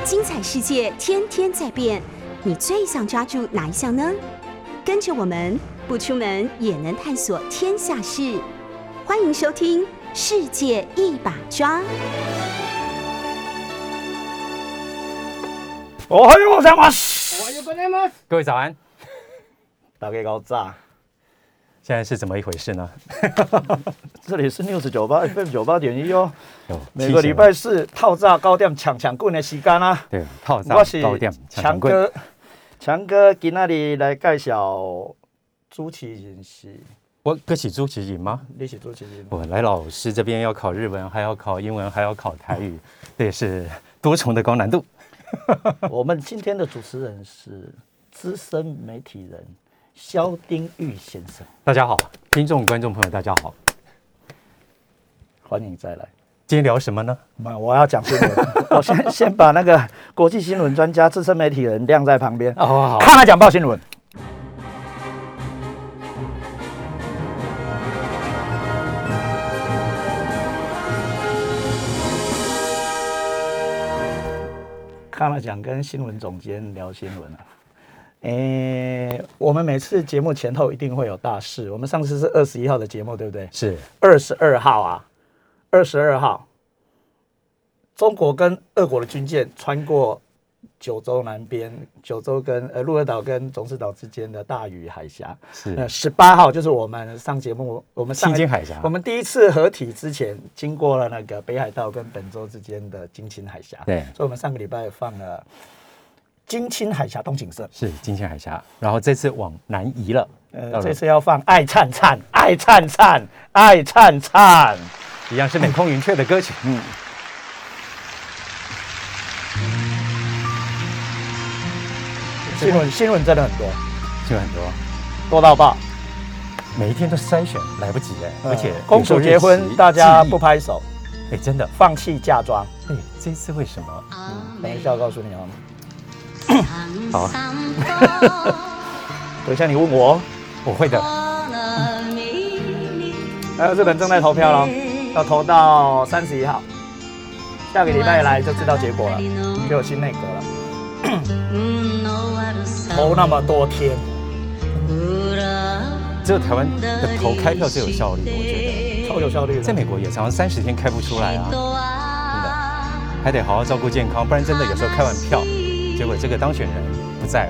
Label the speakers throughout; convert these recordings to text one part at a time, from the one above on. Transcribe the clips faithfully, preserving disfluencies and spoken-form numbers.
Speaker 1: 精彩世界天天在变，你最想抓住哪一项呢？跟着我们不出门也能探索天下事，欢迎收听《世界一把抓》。
Speaker 2: おはようございます。
Speaker 3: おはようございます。
Speaker 4: 各位早安，
Speaker 2: 大家搞炸。
Speaker 4: 现在是怎么一回事呢？
Speaker 2: 这里是 News 九八 F M 九八点一哦。每个礼拜四套炸高点抢抢棍的时间啊。
Speaker 4: 对，套炸高点抢抢棍。
Speaker 2: 强哥，强哥今仔日来介绍朱启仁是。
Speaker 4: 我歌起朱启仁吗？
Speaker 2: 你是朱启仁。
Speaker 4: 我来老师这边要考日文，还要考英文，还要考台语，这也是多重的高难度。
Speaker 2: 我们今天的主持人是资深媒体人萧丁玉先生。
Speaker 4: 大家好，听众观众朋友大家好，
Speaker 2: 欢迎再来。
Speaker 4: 今天聊什么呢？
Speaker 2: 我要讲新闻，我先先把那个国际新闻专家、资深媒体人晾在旁边。
Speaker 4: 哦，好好，
Speaker 2: 看他讲报新闻。看了讲跟新闻总监聊新闻啊，诶，我们每次节目前后一定会有大事。我们上次是二十一号的节目，对不对？
Speaker 4: 是
Speaker 2: 二十二号啊，二十二号，中国跟俄国的军舰穿过九州南边，九州跟呃鹿儿岛跟种子岛之间的大隅海峡。
Speaker 4: 是，
Speaker 2: 呃，十八号就是我们上节目，我们上
Speaker 4: 青青海峡，
Speaker 2: 我们第一次合体之前，经过了那个北海道跟本州之间的金青海峡。
Speaker 4: 对，
Speaker 2: 所以我们上个礼拜放了金青海峡东景色，
Speaker 4: 是金青海峡，然后这次往南移了。
Speaker 2: 呃，这次要放爱灿灿，爱灿灿，爱灿灿，
Speaker 4: 一样是美空云雀的歌曲。嗯。
Speaker 2: 新闻新闻真的很多，
Speaker 4: 新闻很多，
Speaker 2: 多到爆，
Speaker 4: 每一天都筛选来不及哎，而且
Speaker 2: 公主结婚大家不拍手，
Speaker 4: 哎，真的
Speaker 2: 放弃嫁妆，
Speaker 4: 哎，这次为什么？
Speaker 2: 嗯，等一下我告诉你哦。
Speaker 4: 好啊，
Speaker 2: 等一下你问我，
Speaker 4: 我会的。
Speaker 2: 还有日本正在投票咯，要投到三十一号，下个礼拜来就知道结果了，就有新内阁了。投那么多天，
Speaker 4: 只有台湾的投开票最有效率，我觉得
Speaker 2: 超有效率。
Speaker 4: 在美国也常常三十天开不出来啊，真的，还得好好照顾健康，不然真的有时候开完票，结果这个当选人不在了。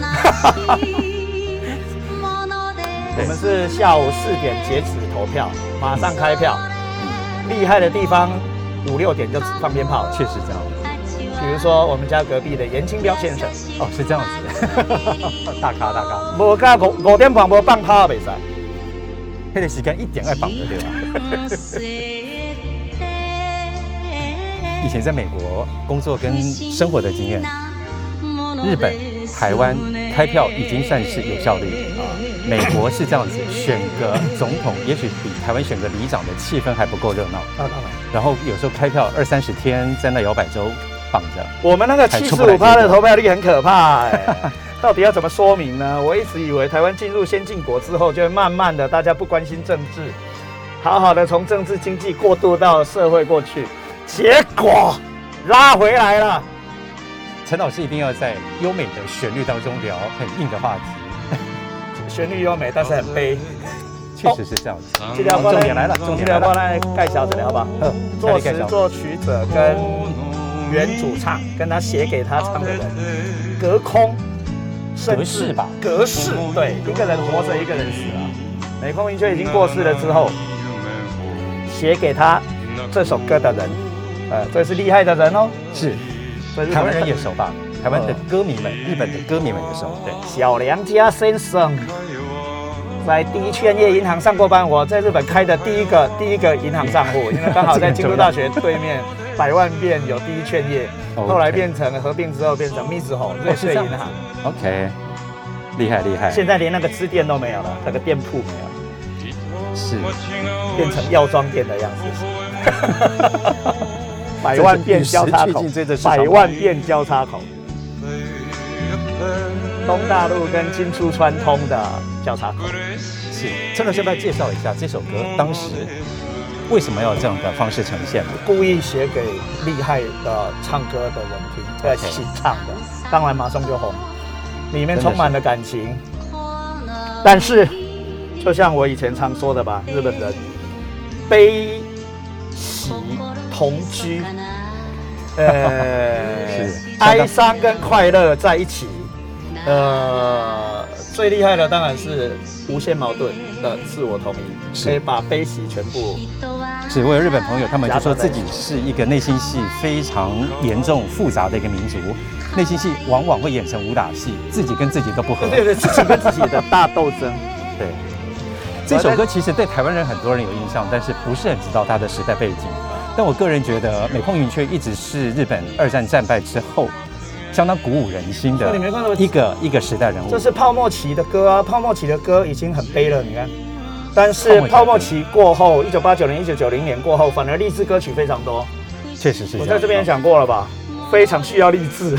Speaker 2: 我们是下午四点截止投票，马上开票。厉害的地方，五六点就放鞭炮了，
Speaker 4: 确实这样。
Speaker 2: 比如说我们家隔壁的严清标先生，
Speaker 4: 哦，是这样子，大咖大咖，
Speaker 2: 无加五五点半无放炮也袂使，
Speaker 4: 那个时间一点爱绑的对吧？以前在美国工作跟生活的经验，日本、台湾开票已经算是有效率啊。美国是这样子，选个总统，也许比台湾选个里长的气氛还不够热闹。然后有时候开票二三十天在那摇摆州。
Speaker 2: 我们那个七十五趴的投票率很可怕哎，到底要怎么说明呢？我一直以为台湾进入先进国之后，就会慢慢的大家不关心政治，好好的从政治经济过渡到社会过去，结果拉回来了。
Speaker 4: 陈老师一定要在优美的旋律当中聊很硬的话题，
Speaker 2: 旋律优美，但是很悲。
Speaker 4: 确实是这样子。
Speaker 2: 这条
Speaker 4: 重点来了，重点来了，
Speaker 2: 来盖小子聊吧。作词作曲者跟原主唱跟他写给他唱的人隔空，
Speaker 4: 隔世吧，
Speaker 2: 隔世，对，一个人活着，一个人死了。美空云雀已经过世了之后，写给他这首歌的人，呃，这是厉害的人哦。
Speaker 4: 是，台湾人也熟吧？台湾的歌迷们，日本的歌迷们也熟。对，
Speaker 2: 小良家先生在第一劝业银行上过班，我在日本开的第一个第一个银行账户，因为刚好在京都大学对面。百万遍有第一劝业， okay. 后来变成合并之后变成密子吼瑞穗银行。
Speaker 4: OK， 厉害厉害。
Speaker 2: 现在连那个支店都没有了，那个店铺没有，
Speaker 4: 是
Speaker 2: 变成药妆店的样子。百万遍交叉口，百万遍交叉口。东大陆跟金出川通的交叉口。
Speaker 4: 是，陈老师要不要介绍一下这首歌？当时为什么要有这样的方式呈现？
Speaker 2: 故意写给厉害的唱歌的人听，在新唱的，当然马上就红，里面充满了感情。但是，就像我以前常说的吧，日本人悲喜同居，呃，哀伤跟快乐在一起，呃，最厉害的当然是无限矛盾的自我同意，可以把悲喜全部。
Speaker 4: 是，我有日本朋友，他们就说自己是一个内心戏非常严重复杂的一个民族，内心戏往往会演成武打戏，自己跟自己都不合。
Speaker 2: 对对，自己跟自己的大斗争。
Speaker 4: 对，这首歌其实对台湾人很多人有印象，但是不是很知道它的时代背景。但我个人觉得，美空云雀一直是日本二战战败之后相当鼓舞人心的一个一个时代人物。
Speaker 2: 这是泡沫期的歌啊，泡沫期的歌已经很悲了，你看。但是泡沫期过后，一九八九年、一九九零年过后，反而励志歌曲非常多。
Speaker 4: 确实是，
Speaker 2: 我在这边讲过了吧，非常需要励志。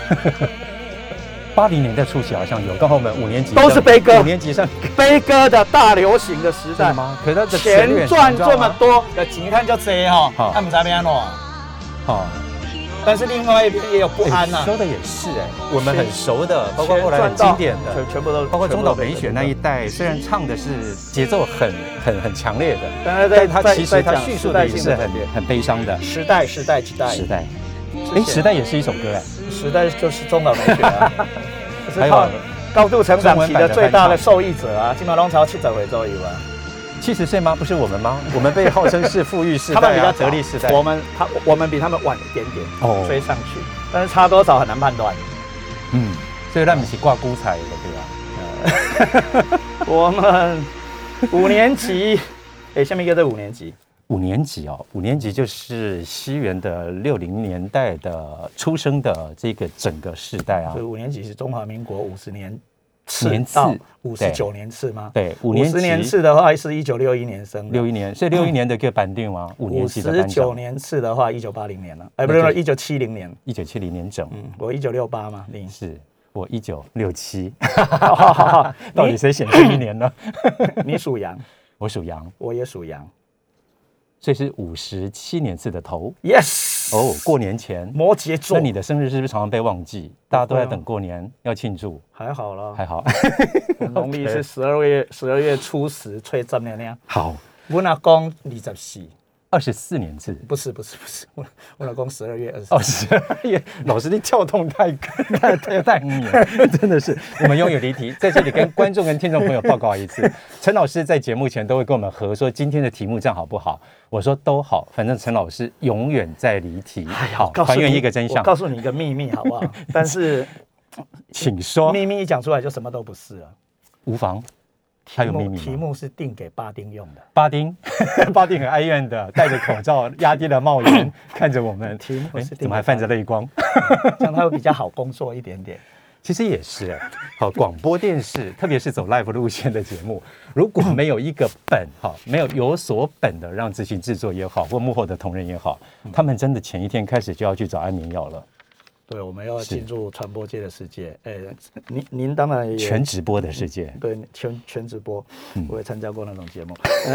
Speaker 4: 八零年代初期好像有，刚好我们五年级
Speaker 2: 都是悲歌，
Speaker 4: 五年级上
Speaker 2: 悲歌的大流行的时代
Speaker 4: 吗？可是它的
Speaker 2: 钱赚这么多，的钱看就多哈，他们在边喏，好。但是另外一边也有不安呐、啊。
Speaker 4: 说的也是哎，我们很熟的，包括后来很经典的，
Speaker 2: 全部都
Speaker 4: 包括中岛美雪那一代，虽然唱的是节奏很很很强烈的，
Speaker 2: 但
Speaker 4: 是他其实他叙述的也是很很悲伤的。
Speaker 2: 时代时代时代
Speaker 4: 时代，哎，时代也是一首歌哎，
Speaker 2: 时代就是中岛美雪啊，还有高度成长期的最大的受益者啊，基本上超七十回左右啊。
Speaker 4: 七十岁吗？不是我们吗？我们被号称是富裕世代、啊，
Speaker 2: 他们比较
Speaker 4: 得力世代。
Speaker 2: 我们他我们比他们晚一点点
Speaker 4: 哦，
Speaker 2: 追上去，但是差多少很难判断。
Speaker 4: 嗯，所以让你是挂孤彩的
Speaker 2: 对吧？呃、我们五年级，哎、欸，下面一个是五年级。
Speaker 4: 五年级哦，五年级就是西元的六零年代的出生的这个整个世代啊。
Speaker 2: 所以五年级是中华民国五十年。
Speaker 4: 年次
Speaker 2: 五十九年次吗？
Speaker 4: 对，五年
Speaker 2: 十年次的话是一九六一年生的，
Speaker 4: 六一年，所以六一年的一个班定吗？五年级的班长。
Speaker 2: 五十九年次的话，一九八零年了，哎，不是，一九七零年，
Speaker 4: 一九七零年整。
Speaker 2: 嗯，我一九六八嘛，你
Speaker 4: 是我一九六七，到底谁显示一年呢？
Speaker 2: 你属羊，
Speaker 4: 我属羊，
Speaker 2: 我也属羊。
Speaker 4: 所以是五十七年次的头
Speaker 2: ，yes，
Speaker 4: 哦，过年前，
Speaker 2: 摩羯座。
Speaker 4: 那你的生日是不是常常被忘记？大家都在等过年要庆祝，
Speaker 2: 还好了，
Speaker 4: 还好。
Speaker 2: 农历是十二月十二月初十，吹正年亮。
Speaker 4: 好，
Speaker 2: 我老公二十四，
Speaker 4: 二十四年次，
Speaker 2: 不是不是不是，我我老公十二月二十
Speaker 4: 四。哦，十二月，老师你跳动太太太太远，真的是。我们永远离题，在这里跟观众跟听众朋友报告一次，陈老师在节目前都会跟我们核说今天的题目这样好不好？我说都好，反正陈老师永远在离题。好，还原一个真相。
Speaker 2: 我告诉你一个秘密，好不好？但是，
Speaker 4: 请说。
Speaker 2: 秘密一讲出来就什么都不是了。
Speaker 4: 无妨。还有秘密吗？
Speaker 2: 题目是定给巴丁用的。
Speaker 4: 巴丁，巴丁很哀怨的，戴着口罩，压低了帽檐，看着我们。
Speaker 2: 题目是
Speaker 4: 怎么还泛着泪光？
Speaker 2: 这样他会比较好工作一点点。
Speaker 4: 其实也是哎，好，广播电视，特别是走 live 路线的节目，如果没有一个本，好，没有有所本的让执行制作也好，或幕后的同仁也好，他们真的前一天开始就要去找安眠药了。
Speaker 2: 对，我们要进入传播界的世界。哎，您您当然也
Speaker 4: 全直播的世界，
Speaker 2: 对，全全直播，我也参加过那种节目。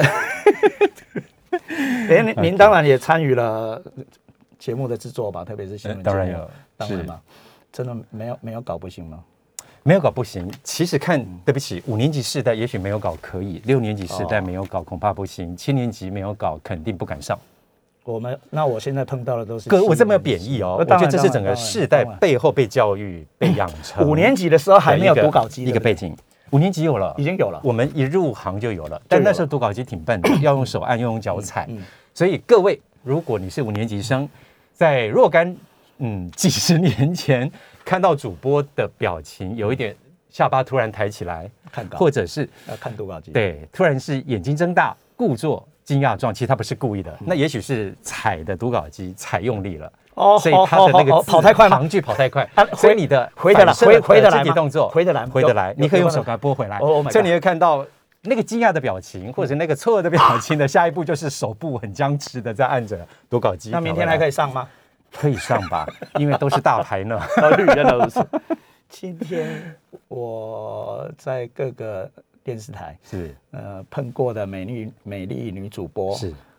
Speaker 2: 哎，您您当然也参与了节目的制作吧，特别是新闻节目。
Speaker 4: 当然有，
Speaker 2: 当然嘛。真的没有没有搞不行吗？
Speaker 4: 没有搞不行。其实看，对不起，五年级世代也许没有搞可以，六年级世代没有搞恐怕不行，七年级没有搞肯定不敢上。
Speaker 2: 我们那我现在碰到的都是
Speaker 4: 哥，我这么贬义哦，我觉得这是整个世代背后被教育、被养成。
Speaker 2: 五年级的时候还没有读稿机
Speaker 4: 一个背景，五年级有了，
Speaker 2: 已经有了。
Speaker 4: 我们一入行就有了，但那时候读稿机挺笨的，要用手按，要用脚踩。所以各位，如果你是五年级生，在若干嗯几十年前看到主播的表情有一点下巴突然抬起来，
Speaker 2: 看稿，
Speaker 4: 或者是
Speaker 2: 要看读稿机，
Speaker 4: 对，突然是眼睛睁大，故作惊讶状，其实他不是故意的，那也许是踩的读稿机踩用力了。哦，所以他的那个
Speaker 2: 跑太快，
Speaker 4: 行距跑太快，所以你的
Speaker 2: 回得来，回回得来
Speaker 4: 肢体动作
Speaker 2: 回得来，
Speaker 4: 回得来，你可以用手给它拨回来。所以你会看到那个惊讶的表情，或者那个错愕的表情的下一步就是手部很僵持的在按着读稿机。
Speaker 2: 那明天还可以上吗？
Speaker 4: 可以上吧，因为都是大牌呢。
Speaker 2: 原来如此。今天我在各个电视台
Speaker 4: 是
Speaker 2: 呃碰过的美丽美丽女主播，
Speaker 4: 是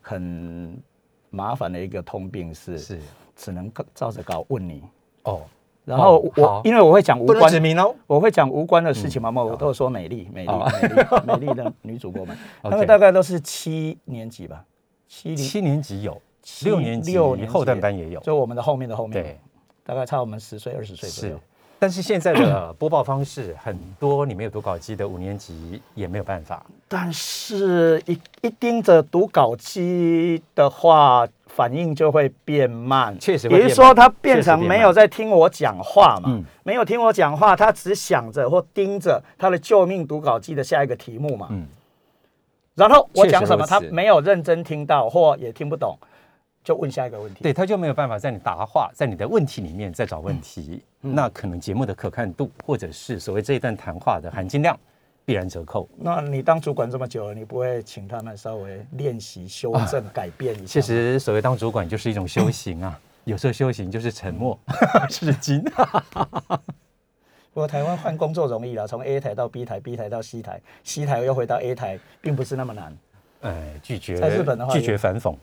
Speaker 2: 很麻烦的一个通病是，
Speaker 4: 是
Speaker 2: 只能照着稿问你
Speaker 4: 哦。
Speaker 2: 然后我、哦、因为我会讲无关，
Speaker 4: 指名哦，
Speaker 2: 我会讲无关的事情嘛，嗯、我都有说美丽、美丽、哦、美丽、美丽的女主播们，他们大概都是七年级吧，
Speaker 4: 七七年级有，六年级六年级后段班也有，
Speaker 2: 就我们的后面的后面，
Speaker 4: 对，
Speaker 2: 大概差我们十岁、二十岁左右。
Speaker 4: 但是现在的播报方式，很多你没有读稿机的五年级也没有办法。
Speaker 2: 但是一一盯着读稿机的话，反应就会变慢，
Speaker 4: 确实会变慢。
Speaker 2: 比如说他变成没有在听我讲话嘛，嗯、没有听我讲话，他只想着或盯着他的救命读稿机的下一个题目嘛。嗯、然后我讲什么，他没有认真听到或也听不懂。就问下一个问题，
Speaker 4: 对，他就没有办法在你答话，在你的问题里面再找问题，嗯、那可能节目的可看度，或者是所谓这一段谈话的含金量，必然折扣。
Speaker 2: 那你当主管这么久了，你不会请他们稍微练习、修正、啊、改变一下？
Speaker 4: 其实所谓当主管就是一种修行啊，有时候修行就是沉默、是金。
Speaker 2: 不过台湾换工作容易啦，从 A 台到 B 台 ，B 台到 C 台 ，C 台又回到 A 台，并不是那么难。
Speaker 4: 哎，拒绝
Speaker 2: 在日本的话，
Speaker 4: 拒绝反讽，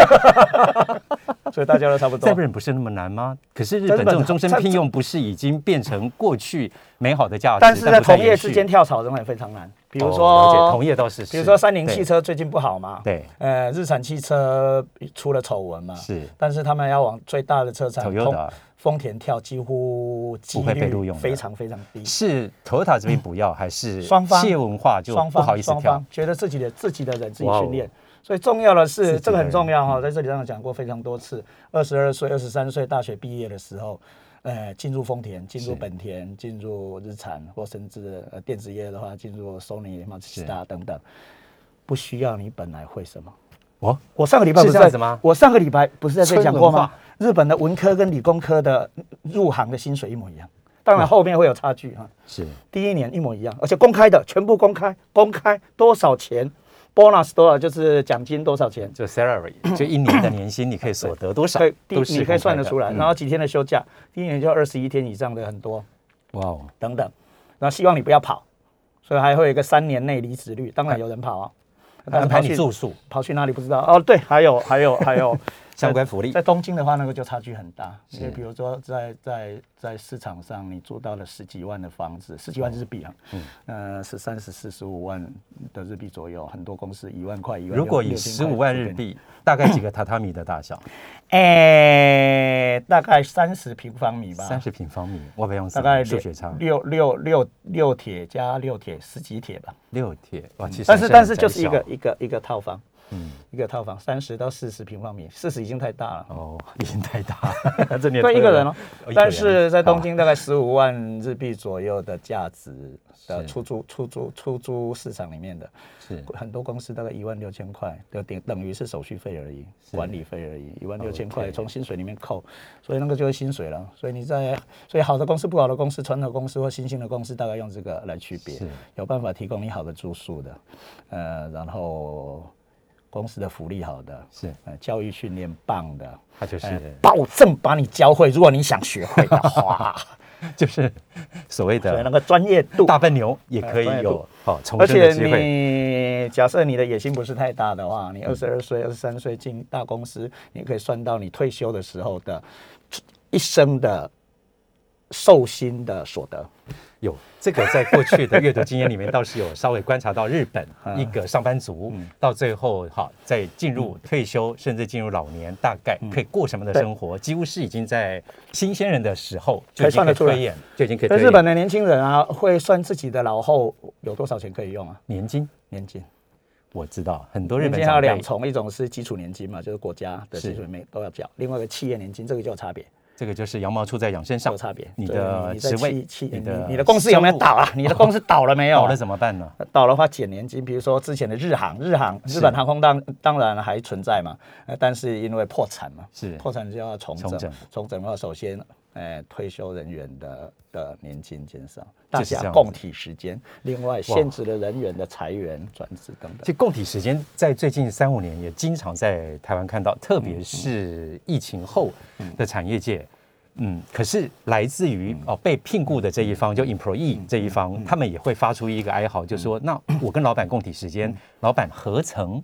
Speaker 2: 所以大家都差不多。
Speaker 4: 在日本不是那么难吗？可是日本这种终身聘用不是已经变成过去美好的价值？
Speaker 2: 但是在同业之间跳槽仍然非常难。比如说，
Speaker 4: 哦、了解同业倒是，
Speaker 2: 比如说三菱汽车最近不好嘛，
Speaker 4: 对，
Speaker 2: 呃，日产汽车出了丑闻嘛，
Speaker 4: 是，
Speaker 2: 但是他们要往最大的车厂
Speaker 4: Toyota
Speaker 2: 丰田跳，几乎几率非常非常低。
Speaker 4: 是 Toyota 这边不要，还是
Speaker 2: 双方
Speaker 4: 企业文化就不好意思跳，
Speaker 2: 觉得自己的自己的人自己训练。所以重要的是，这个很重要哈，在这里上讲过非常多次。二十二岁、二十三岁大学毕业的时候，呃，进入丰田、进入本田、进入日产，或甚至呃电子业的话，进入 Sony、Mazda 等等，不需要你本来会什么。我我上个礼拜不是在吗？我上个礼拜不是在这讲过吗？日本的文科跟理工科的入行的薪水一模一样，当然后面会有差距哈。
Speaker 4: 是，
Speaker 2: 第一年一模一样，而且公开的，全部公开，公开多少钱 ，bonus 多少就是奖金多少钱，
Speaker 4: 就 salary 就一年的年薪你可以所得多少，
Speaker 2: 都是你可以算得出来。然后几天的休假，第一年就二十一天以上的很多，哇哦，等等。然后希望你不要跑，所以还会有一个三年内离职率，当然有人跑啊。
Speaker 4: 安排你住宿，
Speaker 2: 跑去哪里不知道哦。对，还有还有还有
Speaker 4: 相关福利，
Speaker 2: 在东京的话，那个就差距很大。因为比如说在在在市场上，你租到了十几万的房子，十几万日币啊，嗯，呃，是三十四十五万的日币左右，很多公司一万块一万。
Speaker 4: 如果以十五万日币，大概几个榻榻米的大小？
Speaker 2: 哎，大概三十平方米吧。
Speaker 4: 三十平方米，我不用
Speaker 2: 大概
Speaker 4: 数学差。
Speaker 2: 六六六六铁加六铁，十几铁吧。
Speaker 4: 六铁哇，其实
Speaker 2: 但是但是就是一个一个一个套房。嗯，一个套房三十到四十平方米，四十已经太大了
Speaker 4: 哦，已经太大了。这年
Speaker 2: 对一个人哦，但是在东京大概十五万日币左右的价值的出租出租出租市场里面的，是很多公司大概一万六千块，就等等于是手续费而已，管理费而已，一万六千块从薪水里面扣，所以那个就是薪水了。所以你在所以好的公司、不好的公司、传统公司或新兴的公司，大概用这个来区别，有办法提供你好的住宿的，呃，然后。公司的福利好的是，呃，教育训练棒的，
Speaker 4: 他就是、呃、
Speaker 2: 保证把你教会。如果你想学会的话，
Speaker 4: 就是所谓的
Speaker 2: 那个专业度，
Speaker 4: 大笨牛也可以有好重生的机会。
Speaker 2: 而且你假设你的野心不是太大的话，你二十二岁、二十三岁进大公司，你可以算到你退休的时候的一生的寿薪的所得。
Speaker 4: 有这个在过去的阅读经验里面倒是有稍微观察到日本一个上班族到最后好在进入退休甚至进入老年大概可以过什么的生活，几乎是已经在新鲜人的时候就已经可以推演，就已经可以推演。
Speaker 2: 日本的年轻人啊，会算自己的老后有多少钱可以用啊？
Speaker 4: 年金，
Speaker 2: 年金。
Speaker 4: 我知道很多日本
Speaker 2: 年金还有两重，一种是基础年金嘛，就是国家的基础年金都要缴；另外一个企业年金，这个就有差别。
Speaker 4: 这个就是羊毛出在羊身上，
Speaker 2: 有差别。
Speaker 4: 你的职位，
Speaker 2: 你的你的公司有没有倒啊？你的公司倒了没有？
Speaker 4: 倒了怎么办呢？
Speaker 2: 倒的话减年金，比如说之前的日航，日航日本航空当当然还存在嘛，但是因为破产嘛，是破产就要重整，重整的话，首先，呃，退休人员的的年金减少，大家共体时间，另外限制了人员的裁员、转职等等。
Speaker 4: 其实共体时间在最近三五年也经常在台湾看到，特别是疫情后的产业界。嗯，可是来自于哦被聘雇的这一方，就 employee 这一方，他们也会发出一个哀嚎，就说：那我跟老板共体时间，老板何曾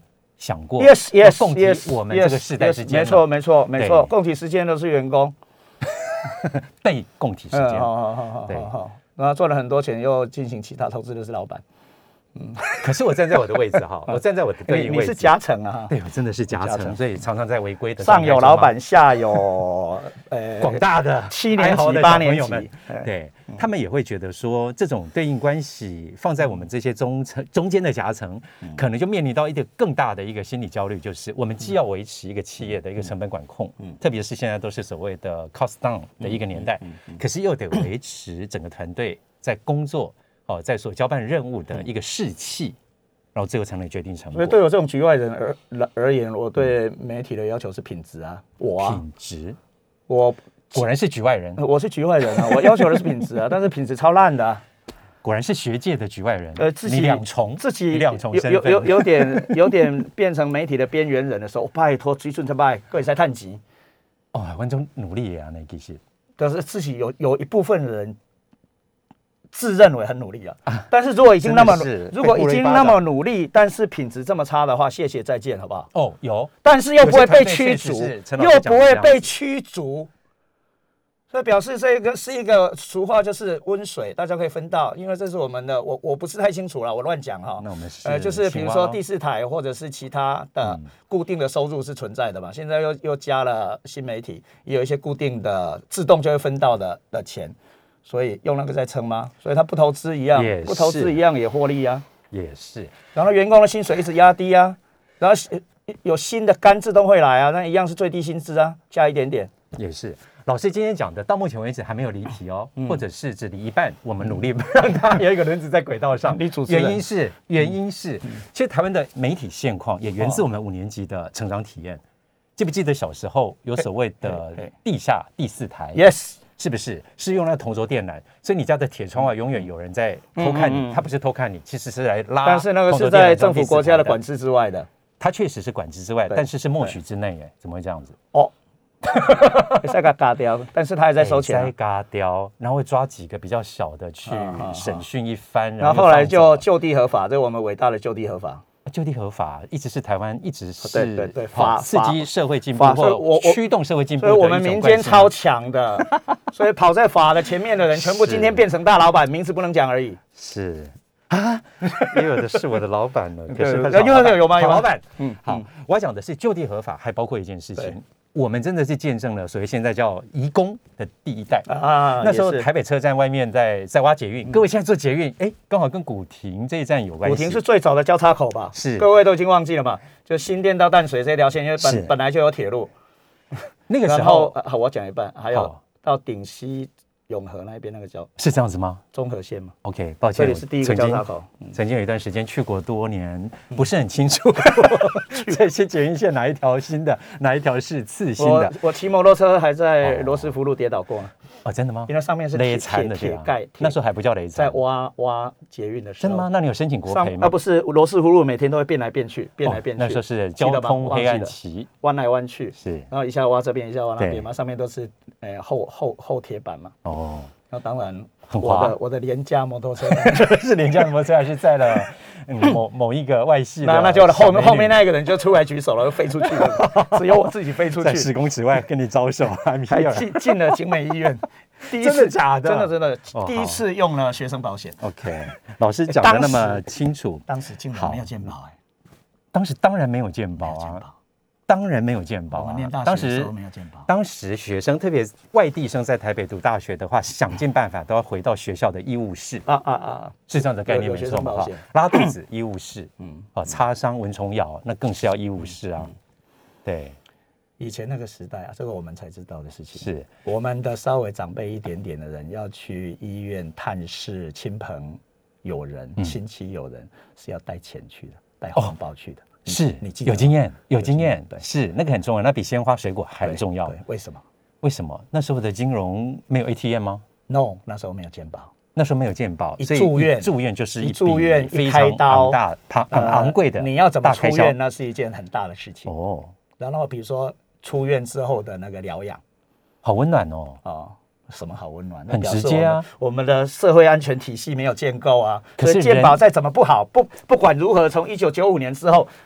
Speaker 4: 想过
Speaker 2: yes yes
Speaker 4: 共体
Speaker 2: yes
Speaker 4: 我们这个世代之间？
Speaker 2: 没错没错没错，共体时间都是员工，
Speaker 4: 被共体时间。
Speaker 2: 好好好好好好，然后赚了很多钱，又进行其他投资的是老板。
Speaker 4: 嗯，可是我站在我的位置哈，我站在我的对应位置，
Speaker 2: 你是夹层啊，
Speaker 4: 对，我真的是夹层，所以常常在违规的。
Speaker 2: 上有老板，下有
Speaker 4: 呃广大的
Speaker 2: 七年级、八年级，
Speaker 4: 对他们也会觉得说，这种对应关系放在我们这些中层中间的夹层，可能就面临到一个更大的一个心理焦虑，就是我们既要维持一个企业的一个成本管控，特别是现在都是所谓的 cost down 的一个年代，可是又得维持整个团队在工作。哦，在所交办任务的一个士气，然后最后才能决定成果。
Speaker 2: 所以对我这种局外人而而言，我对媒体的要求是品质啊，我啊，
Speaker 4: 品质，
Speaker 2: 我
Speaker 4: 果然是局外人，
Speaker 2: 我是局外人啊，我要求的是品质啊，但是品质超烂的、啊，
Speaker 4: 果然是学界的局外人。
Speaker 2: 呃，自己
Speaker 4: 两重，
Speaker 2: 自己
Speaker 4: 两重身份，
Speaker 2: 有有有点有点变成媒体的边缘人的时候，拜托追准他拜，各位在探级。
Speaker 4: 哦，观众努力啊，那其实，
Speaker 2: 但是自己有有一部分人。自认为很努力啊，但是如果已经那么如果已经那么努力，但是品质这么差的话，谢谢再见，好不好？
Speaker 4: 哦，有，
Speaker 2: 但是又不会被驱逐，又不会被驱逐，所以表示这个是一个俗话，就是温水，大家可以分到，因为这是我们的，我我不是太清楚了，我乱讲哈。
Speaker 4: 那我们是
Speaker 2: 呃，就是比如说第四台或者是其他的固定的收入是存在的嘛，现在又又加了新媒体，也有一些固定的自动就会分到的的钱。所以用那个在撑吗？所以他不投资一样，不投资一样也获利啊，
Speaker 4: 也是。
Speaker 2: 然后员工的薪水一直压低啊，然后有新的肝自动会来啊，那一样是最低薪资啊，加一点点。
Speaker 4: 也是。老师今天讲的，到目前为止还没有离题哦，嗯、或者是只离一半，我们努力让它有一个轮子在轨道上。原因是原因是，嗯、其实台湾的媒体现况也源自我们五年级的成长体验。记不记得小时候有所谓的地下第四台
Speaker 2: ？Yes。
Speaker 4: 是不是是用那个同轴电缆？所以你家的铁窗外永远有人在偷看你，嗯嗯嗯他不是偷看你，其实是来拉。
Speaker 2: 但是那个是在政府国家的管制之外的，
Speaker 4: 它确实是管制之外，但是是默许之内，哎，怎么会这样子？
Speaker 2: 哦，再给它嘎掉，但是他还在收钱、啊，
Speaker 4: 再嘎掉，然后会抓几个比较小的去审讯一番，
Speaker 2: 然后后来就就地合法，这是我们伟大的就地合法。
Speaker 4: 就地合法一直是台湾一直是
Speaker 2: 对对对法
Speaker 4: 刺激社会进步或驱动社会进步，
Speaker 2: 所以我们民间超强的，所以跑在法的前面的人，全部今天变成大老板，名字不能讲而已。
Speaker 4: 是啊，也有的是我的老板了，可是
Speaker 2: 有有有吗？有
Speaker 4: 老板，嗯，好，我要讲的是就地合法，还包括一件事情。我们真的是见证了所谓现在叫移工的第一代啊！那时候台北车站外面在在挖捷运，各位现在做捷运，哎，刚好跟古亭这一站有关系。
Speaker 2: 古亭是最早的交叉口吧？
Speaker 4: 是，
Speaker 2: 各位都已经忘记了嘛？就新店到淡水这条线，因为本本来就有铁路。
Speaker 4: 那个时候，
Speaker 2: 好，我讲一半，还有到顶溪永和那边那个叫
Speaker 4: 是这样子吗？
Speaker 2: 中和线嘛
Speaker 4: ？OK， 抱歉，
Speaker 2: 这里是第一个交叉口。
Speaker 4: 曾经有一段时间去过多年，不是很清楚这些捷运线哪一条新的，哪一条是次新的。
Speaker 2: 我骑摩托车还在罗斯福路跌倒过。
Speaker 4: 哦，真的吗？
Speaker 2: 因为上面是
Speaker 4: 雷残的
Speaker 2: 铁盖，
Speaker 4: 那时候还不叫雷残，
Speaker 2: 在挖挖捷运的时候。
Speaker 4: 真的吗？那你有申请国赔吗？
Speaker 2: 啊，不是，罗斯福路每天都会变来变去，变来变去。
Speaker 4: 那时候是交通黑暗期，
Speaker 2: 弯来弯去，
Speaker 4: 是，
Speaker 2: 然后一下挖这边，一下挖那边嘛，上面都是呃厚厚厚铁板嘛。哦，那当然。我的我的廉价摩托车
Speaker 4: 是廉价摩托车，还是在了、嗯、某某一个外系的？
Speaker 2: 那那就后面后面那一个人就出来举手了，飞出去了，只有我自己飞出去，
Speaker 4: 在十公尺外跟你招手，
Speaker 2: 还进进了景美医院。第一次
Speaker 4: 真的假的？
Speaker 2: 真的真的，哦、第一次用了学生保险。
Speaker 4: OK， 老师讲的那么清楚，
Speaker 2: 当时竟然没有健保哎，
Speaker 4: 当时当然没有健保啊。当然没有健保啊！
Speaker 2: 当时没有健保。
Speaker 4: 当时学生，特别外地生在台北读大学的话，想尽办法都要回到学校的医务室啊啊啊！是这样的概念没错嘛？哈，拉肚子医务室，嗯，啊，擦伤蚊虫咬那更是要医务室啊。对，
Speaker 2: 以前那个时代啊，这个我们才知道的事情。
Speaker 4: 是
Speaker 2: 我们的稍微长辈一点点的人要去医院探视亲朋友人、亲戚友人，是要带钱去的，带红包去的。
Speaker 4: 是，你有经验，有经验，是那个很重要，那比鲜花水果还重要。
Speaker 2: 为什么？
Speaker 4: 为什么？那时候的金融没有 A T M 吗
Speaker 2: ？No， 那时候没有健保，
Speaker 4: 那时候没有健保，
Speaker 2: 一住院，
Speaker 4: 住院就是一
Speaker 2: 住院
Speaker 4: 非常昂大、昂昂贵的，
Speaker 2: 你要怎么出院，那是一件很大的事情哦。然后比如说出院之后的那个疗养，
Speaker 4: 好温暖哦，
Speaker 2: 哦。什么好温暖？
Speaker 4: 很直接啊！
Speaker 2: 我们的社会安全体系没有建构啊，可是健保再怎么不好，不不管如何，从一九九五年之后，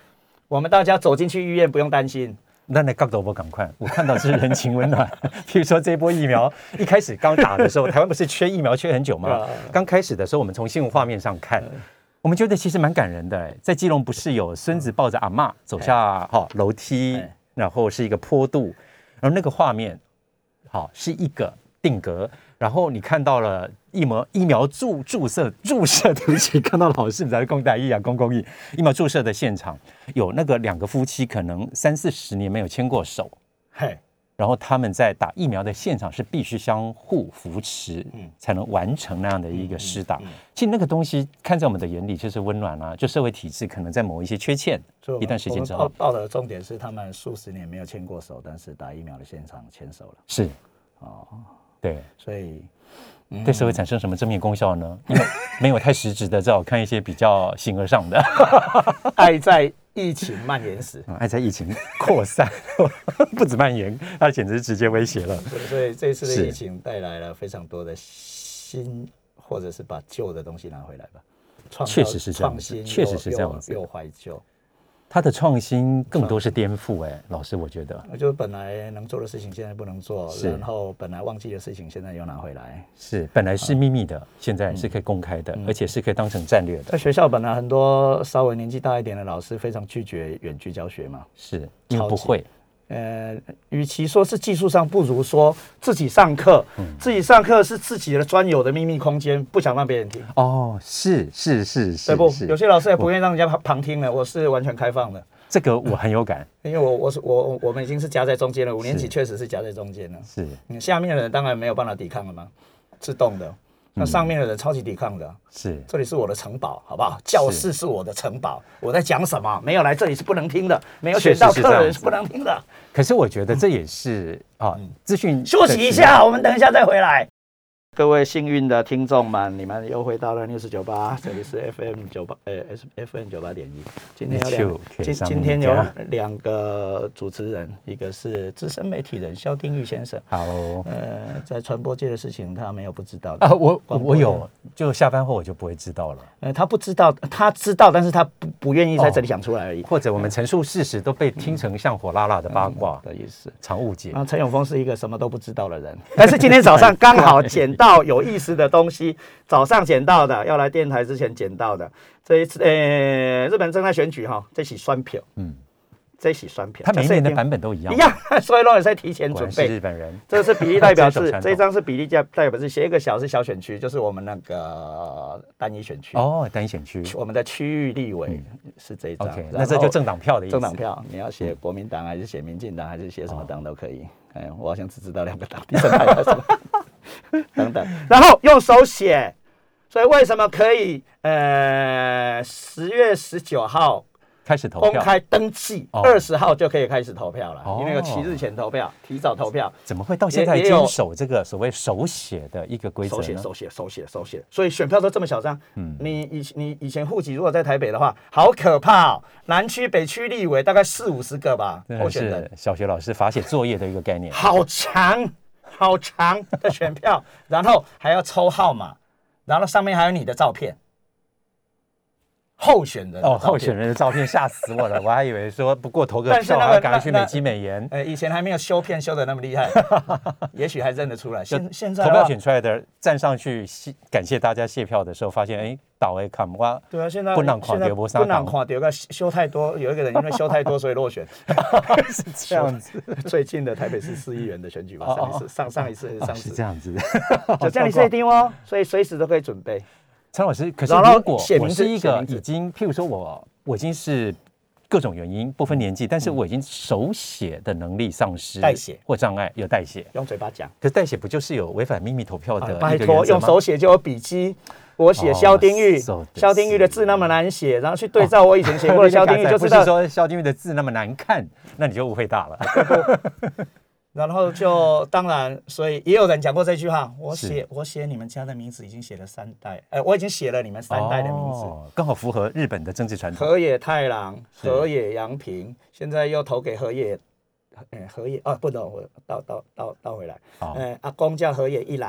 Speaker 2: 我们大家走进去医院不用担心。
Speaker 4: 那那角度不赶快，我看到是人情温暖。譬如说这一波疫苗一开始刚打的时候，台湾不是缺疫苗缺很久吗？刚开始的时候，我们从新闻画面上看，我们觉得其实蛮感人的。在基隆不是有孙子抱着阿嬷走下好楼梯，然后是一个坡度，然后那个画面好是一个定格，然后你看到了疫苗疫苗注注射注射，对不起，看到老师在公台疫啊公公益疫苗注射的现场，有那个两个夫妻可能三四十年没有牵过手，嘿，然后他们在打疫苗的现场是必须相互扶持，嗯，才能完成那样的一个施打。嗯嗯嗯、其实那个东西看在我们的眼里就是温暖啊，就社会体制可能在某一些缺陷，一段时间之后，
Speaker 2: 报的重点是他们数十年没有牵过手，但是打疫苗的现场牵手了，
Speaker 4: 是哦，对，
Speaker 2: 所以。
Speaker 4: 对社会产生什么正面功效呢？因为没有太实质的，只好看一些比较形而上的。
Speaker 2: 爱在疫情蔓延时，
Speaker 4: 嗯、爱在疫情扩散，不止蔓延，它简直是直接威胁了。
Speaker 2: 所以这次的疫情带来了非常多的新，或者是把旧的东西拿回来吧。
Speaker 4: 确实是这样子，确实是这样子，
Speaker 2: 又怀旧。
Speaker 4: 他的创新更多是颠覆，哎，老师，我觉得，
Speaker 2: 就是本来能做的事情现在不能做，然后本来忘记的事情现在又拿回来，
Speaker 4: 是本来是秘密的，现在是可以公开的，而且是可以当成战略的。
Speaker 2: 在学校本来很多稍微年纪大一点的老师非常拒绝远距教学嘛，
Speaker 4: 是因为不会。
Speaker 2: 呃，与其说是技术上，不如说自己上课，嗯、自己上课是自己的专有的秘密空间，不想让别人听。
Speaker 4: 哦，是是是是，
Speaker 2: 对不？有些老师也不愿意让人家旁听了，我是完全开放的。
Speaker 4: 这个我很有感，
Speaker 2: 因为我我是我我们已经是夹在中间了，五年级确实是夹在中间了。
Speaker 4: 是，
Speaker 2: 你下面的人当然没有办法抵抗了嘛，自动的。那上面的人超级抵抗的，嗯、
Speaker 4: 是
Speaker 2: 这里是我的城堡，好不好？教室是我的城堡，我在讲什么？没有来这里是不能听的，没有选到课的人是不能听的。
Speaker 4: 可是我觉得这也是、嗯、啊，资讯
Speaker 2: 休息一下，我们等一下再回来。各位幸运的听众们，你们又回到了 News 九八，这里是 F M 九八，呃 ，F M 九八点一。今天有两，今今天有两个主持人，一个是资深媒体人萧丁玉先生。
Speaker 4: 好，
Speaker 2: 呃，在传播界的事情，他没有不知道的
Speaker 4: 啊。我我有，就下班后我就不会知道了。
Speaker 2: 呃，他不知道，他知道，但是他不不愿意在这里讲出来而已。
Speaker 4: 哦、或者我们陈述事实都被听成像火辣辣的八卦、
Speaker 2: 嗯嗯、的意思，
Speaker 4: 常误解。
Speaker 2: 啊，陈永峰是一个什么都不知道的人，但是今天早上刚好捡到有意思的东西，早上捡到的，要来电台之前捡到的。这一次，呃，日本正在选举哈，这起选票，嗯，这起选票，
Speaker 4: 他每一年的版本都一样，
Speaker 2: 一样，所以都也在提前准备。
Speaker 4: 是日本人，
Speaker 2: 这是比例代表制，这一张是比例代表制，写一个小是小选区，就是我们那个单一选区。
Speaker 4: 哦，单一选区，
Speaker 2: 我们的区域立委是这一张。
Speaker 4: OK， 那这就政党票的意思。
Speaker 2: 政党票，你要写国民党还是写民进党还是写什么党都可以。哎，我好像只知道两个党，第三派叫什么？等等，然后用手写，所以为什么可以？呃，十月十九号
Speaker 4: 开始投票，
Speaker 2: 公开登记，二十号就可以开始投票了，哦、因为有七日前投票，提早投票。
Speaker 4: 怎么会到现在坚守这个所谓手写的一个规则呢？
Speaker 2: 手写、手写、手写、手写，所以选票都这么小张。嗯，你以你以前户籍如果在台北的话，好可怕哦！南区、北区立委大概四五十个吧，候选人。
Speaker 4: 小学老师罚写作业的一个概念，
Speaker 2: 好长。好长的选票，然后还要抽号码，然后上面还有你的照片，候选人
Speaker 4: 哦，候选人的照片吓死我了，我还以为说不过投个票还要赶快去美肌美颜。
Speaker 2: 呃，以前还没有修片修的那么厉害，也许还认得出来。现现在
Speaker 4: 投票选出来的站上去感谢大家谢票的时候，发现哎，倒哎看哇，
Speaker 2: 对啊，现在
Speaker 4: 不能垮掉，
Speaker 2: 不能垮掉，修太多，有一个人因为修太多所以落选，
Speaker 4: 是这样子。
Speaker 2: 最近的台北市市议员的选举吧，上一次上上一次上次
Speaker 4: 是这样子，
Speaker 2: 就这样你设定哦，所以随时都可以准备。
Speaker 4: 陈老师，可是如果我是一个已经，譬如说我我已经是各种原因不分年纪，但是我已经手写的能力丧失，
Speaker 2: 代写
Speaker 4: 或障碍，有代写，
Speaker 2: 用嘴巴讲。
Speaker 4: 可是代写不就是有违反秘密投票的？
Speaker 2: 拜托，用手写就有笔记。我写萧丁玉，萧丁玉的字那么难写，然后去对照我以前写过的萧丁玉，就知道。
Speaker 4: 不是说萧丁玉的字那么难看，那你就误会大了。
Speaker 2: 然后就当然，所以也有人讲过这句话。我写我写你们家的名字已经写了三代，哎，我已经写了你们三代的名字，
Speaker 4: 哦、刚好符合日本的政治传统。
Speaker 2: 河野太郎、河野洋平，现在又投给河野，哎，河野啊，不懂，我倒倒倒倒回来。哎，阿公叫河野一郎，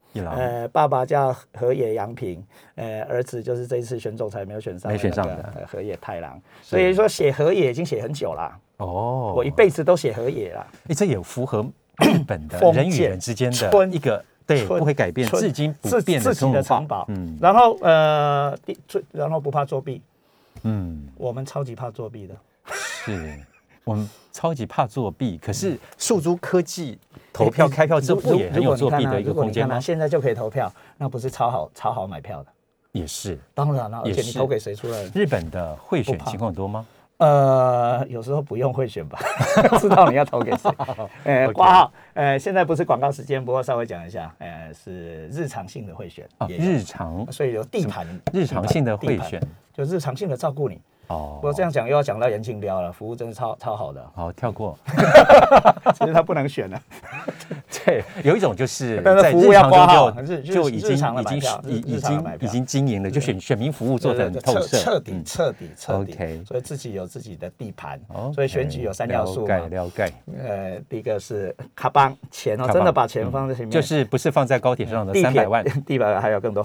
Speaker 4: 一郎，
Speaker 2: 呃，爸爸叫河野洋平，呃，儿子就是这一次选总裁没有选上，
Speaker 4: 没选上的、
Speaker 2: 呃、河野太郎。所以说写河野已经写很久了。
Speaker 4: 哦，
Speaker 2: 我一辈子都写河野了。
Speaker 4: 哎，这也符合日本的人与人之间的一个对不会改变、至今不变的
Speaker 2: 自己的城堡。嗯，然后呃，然后不怕作弊。嗯，我们超级怕作弊的。
Speaker 4: 是。我们超级怕作弊，可是数珠科技投票开票之后，不也很有作弊的一个空间吗？
Speaker 2: 现在就可以投票，那不是超好超好买票的？
Speaker 4: 也是，
Speaker 2: 当然了，而且你投给谁出来？
Speaker 4: 日本的贿选情况多吗？
Speaker 2: 呃，有时候不用贿选吧，知道你要投给谁。呃，挂号，呃，现在不是广告时间，不过稍微讲一下，呃，是日常性的贿选，
Speaker 4: 日常，
Speaker 2: 所以有地盘，
Speaker 4: 日常性的贿选，
Speaker 2: 就日常性的照顾你。哦，不过这样讲又要讲到严庆标了，服务真是超超好的。
Speaker 4: 好，跳过。
Speaker 2: 其实他不能选了。
Speaker 4: 对，有一种就是
Speaker 2: 在服务要挂号，
Speaker 4: 就已经已经已经已经经营了，就选选民服务做得很透彻，
Speaker 2: 彻底彻底彻底。OK， 所以自己有自己的地盘，所以选举有三要素嘛。
Speaker 4: 了解了解。
Speaker 2: 呃，第一个是卡邦钱哦，真的把钱放在前面，
Speaker 4: 就是不是放在高铁上的三百万，
Speaker 2: 地板还有更多。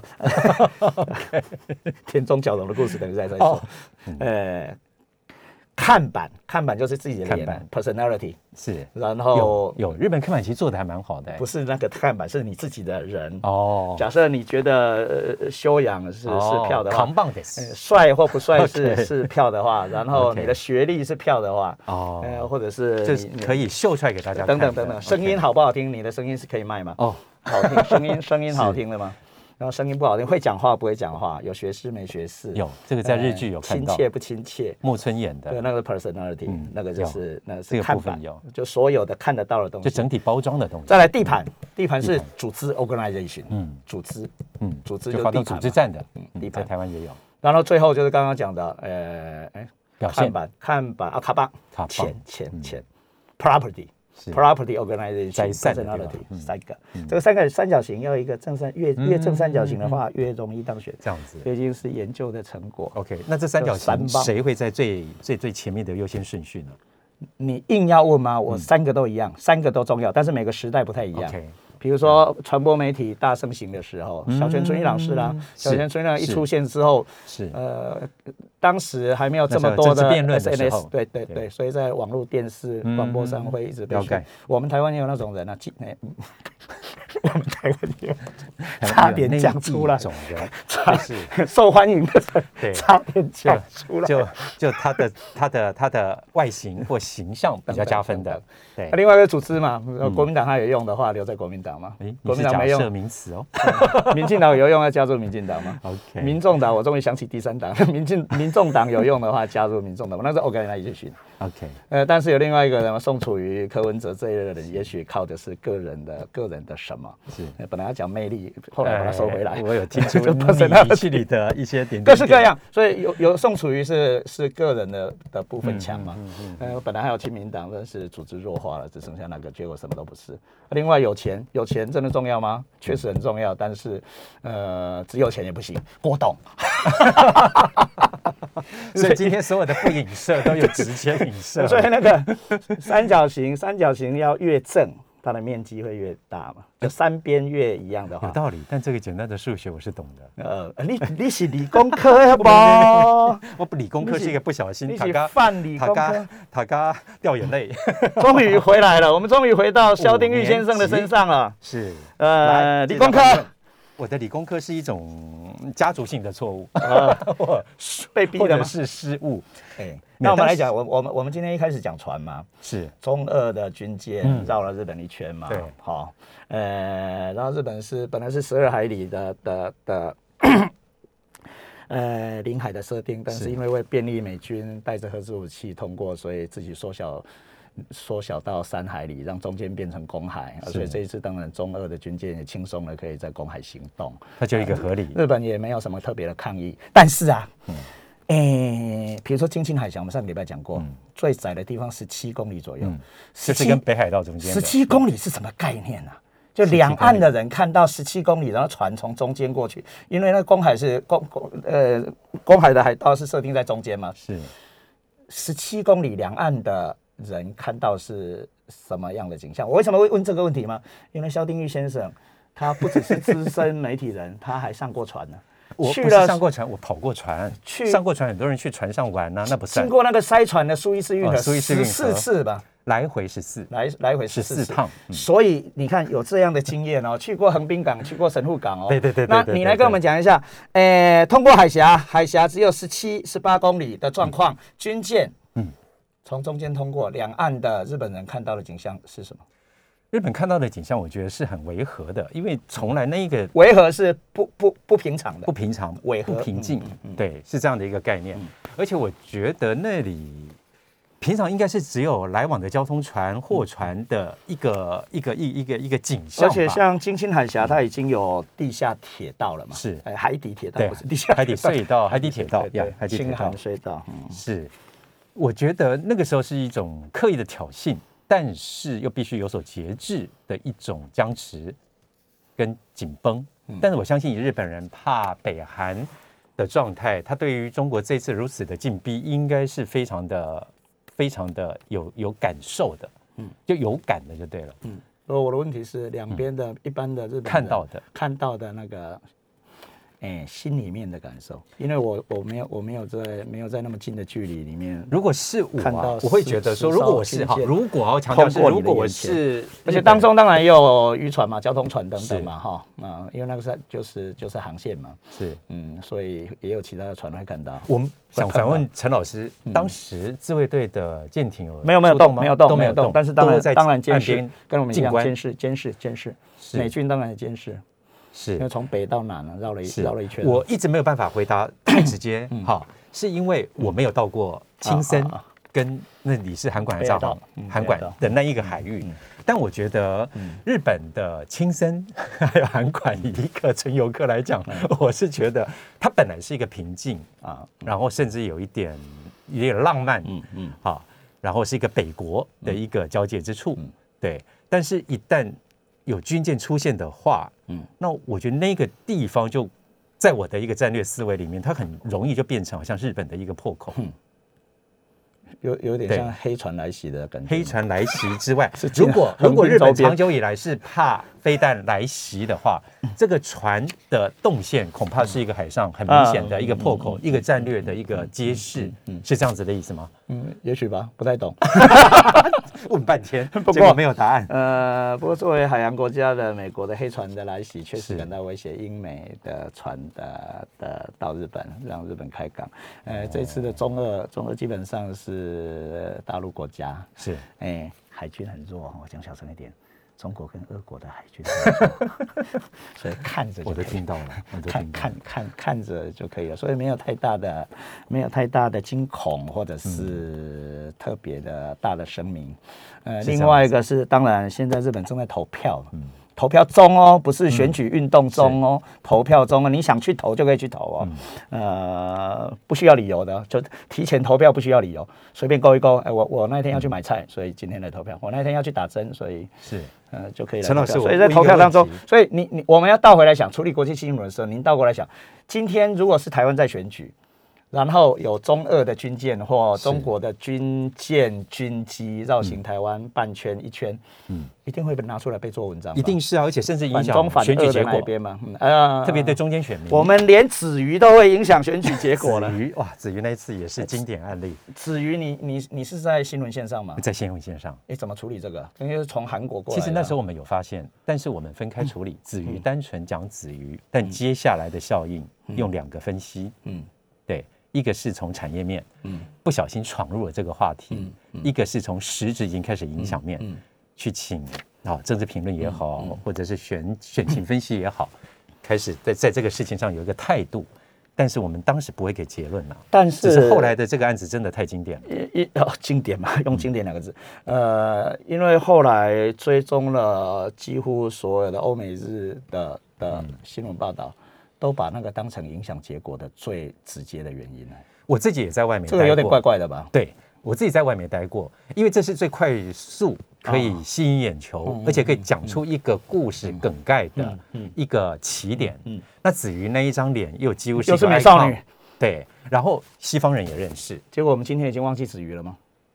Speaker 2: 田中角荣的故事等于在这里说。呃，看板，看板就是自己的脸 ，personality
Speaker 4: 是，
Speaker 2: 然后
Speaker 4: 有有日本看板其实做的还蛮好的，
Speaker 2: 不是那个看板，是你自己的人哦。假设你觉得呃修养是是票的话，
Speaker 4: 扛棒的，
Speaker 2: 帅或不帅是是票的话，然后你的学历是票的话，哦，呃，或者是
Speaker 4: 就是可以秀出来给大家
Speaker 2: 等等等等，声音好不好听？你的声音是可以卖吗？哦，好听，声音声音好听的吗？然后声音不好听，会讲话不会讲话，有学识没学识，
Speaker 4: 有这个在日剧有看到，
Speaker 2: 亲切不亲切，
Speaker 4: 木村演的，
Speaker 2: 对，那个 personality，那个就是那是看板，就所有的看得到的东西，
Speaker 4: 就整体包装的东西。
Speaker 2: 再来地盘，地盘是组织 organization， 嗯，组织，嗯，组织就地盘，
Speaker 4: 组织战的，
Speaker 2: 嗯，地盘
Speaker 4: 在台湾也有。
Speaker 2: 然后最后就是刚刚讲的，呃，哎，
Speaker 4: 看
Speaker 2: 板，看板啊，卡邦，钱钱钱 ，property。Property organization personality 三个，这个三个三角形要一个正三越越正三角形的话越容易当选，
Speaker 4: 这样子，
Speaker 2: 这已经是研究的成果。
Speaker 4: OK， 那这三角形谁会在最最最前面的优先顺序呢？
Speaker 2: 你硬要问吗？我三个都一样，三个都重要，但是每个时代不太一样。比如说传播媒体大盛行的时候，小泉纯一郎是啦，小泉纯一郎一出现之后，是呃，当时还没有这么多的 S N S， 对对对，所以在网络、电视、广播上会一直被选。我们台湾也有那种人啊，我们台湾也有，差点讲出来，差受欢迎的人，差点讲出来，
Speaker 4: 就就他的他的他的外形或形象比较加分的。对，
Speaker 2: 另外一个组织嘛，国民党他有用的话，留在国民党。
Speaker 4: 国民党没用名词哦，
Speaker 2: 民进党有用要加入民进党吗
Speaker 4: ？OK，
Speaker 2: 民众党我终于想起第三党，民进民众党有用的话加入民众党，那是 organization。
Speaker 4: OK，
Speaker 2: 呃，但是有另外一个人，宋楚瑜、柯文哲这一类的人，也许靠的是个人的个人的什么？是，本来要讲魅力，后来把它收回来。
Speaker 4: 我有听出你语气里的一些点，
Speaker 2: 各式各样。所以有有宋楚瑜是是个人的的部分强嘛？呃，本来还有亲民党，但是组织弱化了，只剩下那个，结果什么都不是。另外有钱，有钱真的重要吗？确实很重要，但是呃，只有钱也不行。郭董。
Speaker 4: 所以今天所有的不影射都有直接影射，
Speaker 2: 所以那个三角形，三角形要越正，它的面积会越大嘛。就三边越一样的话，
Speaker 4: 有道理。但这个简单的数学我是懂的。
Speaker 2: 呃，你你是理工科的不？
Speaker 4: 我理工科是一个不小心，
Speaker 2: 你是泛理工科，
Speaker 4: 他刚掉眼泪。
Speaker 2: 终于回来了，我们终于回到萧丁玉先生的身上了。
Speaker 4: 是，
Speaker 2: 呃，理工科。
Speaker 4: 我的理工科是一种家族性的错误，
Speaker 2: 被逼的吗？
Speaker 4: 是失误。
Speaker 2: 哎，那我们来讲，我我们我们今天一开始讲船嘛，
Speaker 4: 是
Speaker 2: 中俄的军舰绕了日本一圈嘛，对，好，呃，然后日本是本来是十二海里的的的，呃，领海的设定，但是因为为便利美军带着核子武器通过，所以自己缩小。缩小到三海里，让中间变成公海，所以这一次当然中俄的军舰也轻松的可以在公海行动，
Speaker 4: 它就一个合理。
Speaker 2: 日本也没有什么特别的抗议，但是啊，嗯，诶，比如说京津海峡，我们上个礼拜讲过，嗯、最窄的地方十七公里左右，嗯、
Speaker 4: 就是跟北海道中间。
Speaker 2: 十七公里是什么概念啊？就两岸的人看到十七公里，然后船从中间过去，因为那公海是公公呃公海的海道是设定在中间嘛，
Speaker 4: 是
Speaker 2: 十七公里两岸的。人看到是什么样的景象？我为什么会问这个问题吗？因为萧丁玉先生， 他不只是资深媒体人，他还上过船呢。
Speaker 4: 我不是上过船，我跑过船。
Speaker 2: 去
Speaker 4: 上过船，很多人去船上玩呐、啊，那不算。
Speaker 2: 经过那个塞船的苏伊士运河，
Speaker 4: 苏伊士运河
Speaker 2: 十四次吧。
Speaker 4: 来回十四，
Speaker 2: 来来回
Speaker 4: 十四趟、
Speaker 2: 嗯，所以你看有这样的经验哦，去过横滨港，去过神户港哦。
Speaker 4: 对对 对, 对, 对,
Speaker 2: 对, 对, 对, 对。那你来跟我们讲一下，诶，通过海峡，海峡只有十七、十八公里的状况、嗯，军舰，嗯，从中间通过，两岸的日本人看到的景象是什么？
Speaker 4: 日本看到的景象，我觉得是很违和的，因为从来那一个
Speaker 2: 违和是不不不平常的，
Speaker 4: 不平常，
Speaker 2: 违和
Speaker 4: 不平静、
Speaker 2: 嗯嗯，
Speaker 4: 对，是这样的一个概念。
Speaker 2: 嗯、
Speaker 4: 而且我觉得那里。平常应该是只有来往的交通船、货船的一个、嗯、一个一一个一个景象，
Speaker 2: 而且像京津海峡，它已经有地下铁道了嘛？
Speaker 4: 是，
Speaker 2: 哎，海底铁道不是地下
Speaker 4: 海底隧道、海底铁道呀，海底铁道、
Speaker 2: 隧道、嗯。
Speaker 4: 是，我觉得那个时候是一种刻意的挑衅，但是又必须有所节制的一种僵持跟紧绷。嗯、但是我相信，以日本人怕北韩的状态，他对于中国这次如此的进逼，应该是非常的。非常的有有感受的，嗯，就有感的就对了，
Speaker 2: 嗯。我的问题是，两边的、嗯、一般的日本人
Speaker 4: 看到的
Speaker 2: 看到的那个，哎、欸，心里面的感受，因为我我没有我没有在没有在那么近的距离里面。
Speaker 4: 如果是我、啊，我会觉得说，如果我是哈，如果要强调是，如果我是，
Speaker 2: 而且当中当然也有渔船嘛、交通船等等嘛，哈啊，因为那个是就是就是航线嘛，
Speaker 4: 是
Speaker 2: 嗯，所以也有其他的船会看到。
Speaker 4: 我们想反问陈老师，嗯、当时自卫队的舰艇有
Speaker 2: 没有没有动没有动
Speaker 4: 都没有动，
Speaker 2: 但是当然当然监
Speaker 4: 视，
Speaker 2: 跟我们一样监视监视监视，美军当然也监视。
Speaker 4: 是，
Speaker 2: 因为从北到南绕了一绕了一圈。
Speaker 4: 我一直没有办法回答太直接，好、嗯，是因为我没有到过青森跟那里是函馆的造航函馆的那一个海域，嗯、但我觉得日本的青森还有函馆，以一个纯游客来讲，嗯、我是觉得它本来是一个平静啊，然后甚至有一点有点浪漫，嗯嗯，好，然后是一个北国的一个交界之处，嗯、对，但是一旦有军舰出现的话，嗯，那我觉得那个地方就在我的一个战略思维里面，它很容易就变成好像日本的一个破口，嗯、
Speaker 2: 有有点像黑船来袭的感觉。
Speaker 4: 黑船来袭之外，如果如果日本长久以来是怕飞弹来袭的话，这个船的动线恐怕是一一个海上很明显的一个破口，嗯、一个战略的一个揭示，嗯、是这样子的意思吗？
Speaker 2: 嗯，也许吧，不太懂。
Speaker 4: 问半天，不过没有答案。
Speaker 2: 呃，不过作为海洋国家的美国的黑船的来袭，确实感到威胁。英美的船的的到日本，让日本开港。呃，这次的中俄，中俄基本上是大陆国家，
Speaker 4: 是，
Speaker 2: 哎、欸，海军很弱。我讲小声一点。中国跟俄国的海军，所以看着
Speaker 4: 我都听到了，我都
Speaker 2: 看看看看着就可以了，所以没有太大的没有太大的惊恐或者是特别的大的声明。呃，另外一个是，当然现在日本正在投票，嗯。投票中哦，不是选举运动中哦，嗯、投票中哦，你想去投就可以去投哦，嗯、呃，不需要理由的，就提前投票不需要理由，随便勾一勾。哎，我我那天要去买菜，所以今天来投票；我那天要去打针，所以
Speaker 4: 是
Speaker 2: 呃就可以来
Speaker 4: 投票。陈老师，
Speaker 2: 所以在投票当中，所以你你我们要倒回来想，处理国际新闻的时候，您倒过来想，今天如果是台湾在选举。然后有中俄的军舰或中国的军舰、军机绕行台湾半圈一圈，嗯，一定会被拿出来被做文章，
Speaker 4: 一定是啊，而且甚至影响选举结果
Speaker 2: 边嘛，嗯呃，
Speaker 4: 特别对中间选民，
Speaker 2: 我们连子瑜都会影响选举结果了。
Speaker 4: 子瑜哇，子瑜那一次也是经典案例。
Speaker 2: 子瑜，你你你是在新闻线上吗？
Speaker 4: 在新闻线上，
Speaker 2: 你怎么处理这个？因为是从韩国过来。
Speaker 4: 其实那时候我们有发现，但是我们分开处理。子瑜单纯讲子瑜，但接下来的效应用两个分析，嗯，对。一个是从产业面，嗯，不小心闯入了这个话题；嗯嗯、一个是从实质已经开始影响面，嗯嗯、去请啊、哦、政治评论也好，嗯嗯、或者是选选情分析也好，开始在在这个事情上有一个态度。但是我们当时不会给结论了，
Speaker 2: 但是
Speaker 4: 只是后来的这个案子真的太经典了，
Speaker 2: 一哦经典嘛，用经典两个字，呃，因为后来追踪了几乎所有的欧美日的的新闻报道。嗯都把那个当成影响结果的最直接的原因了。
Speaker 4: 我自己也在外面待过，
Speaker 2: 这个有点怪怪的吧？
Speaker 4: 对，我自己在外面待过，因为这是最快速可以吸引眼球，哦、而且可以讲出一个故事梗概的一个起点。嗯嗯嗯、那子瑜那一张脸又几乎是
Speaker 2: 又是美少女，
Speaker 4: 对，然后西方人也认识。
Speaker 2: 结果我们今天已经忘记子瑜了吗？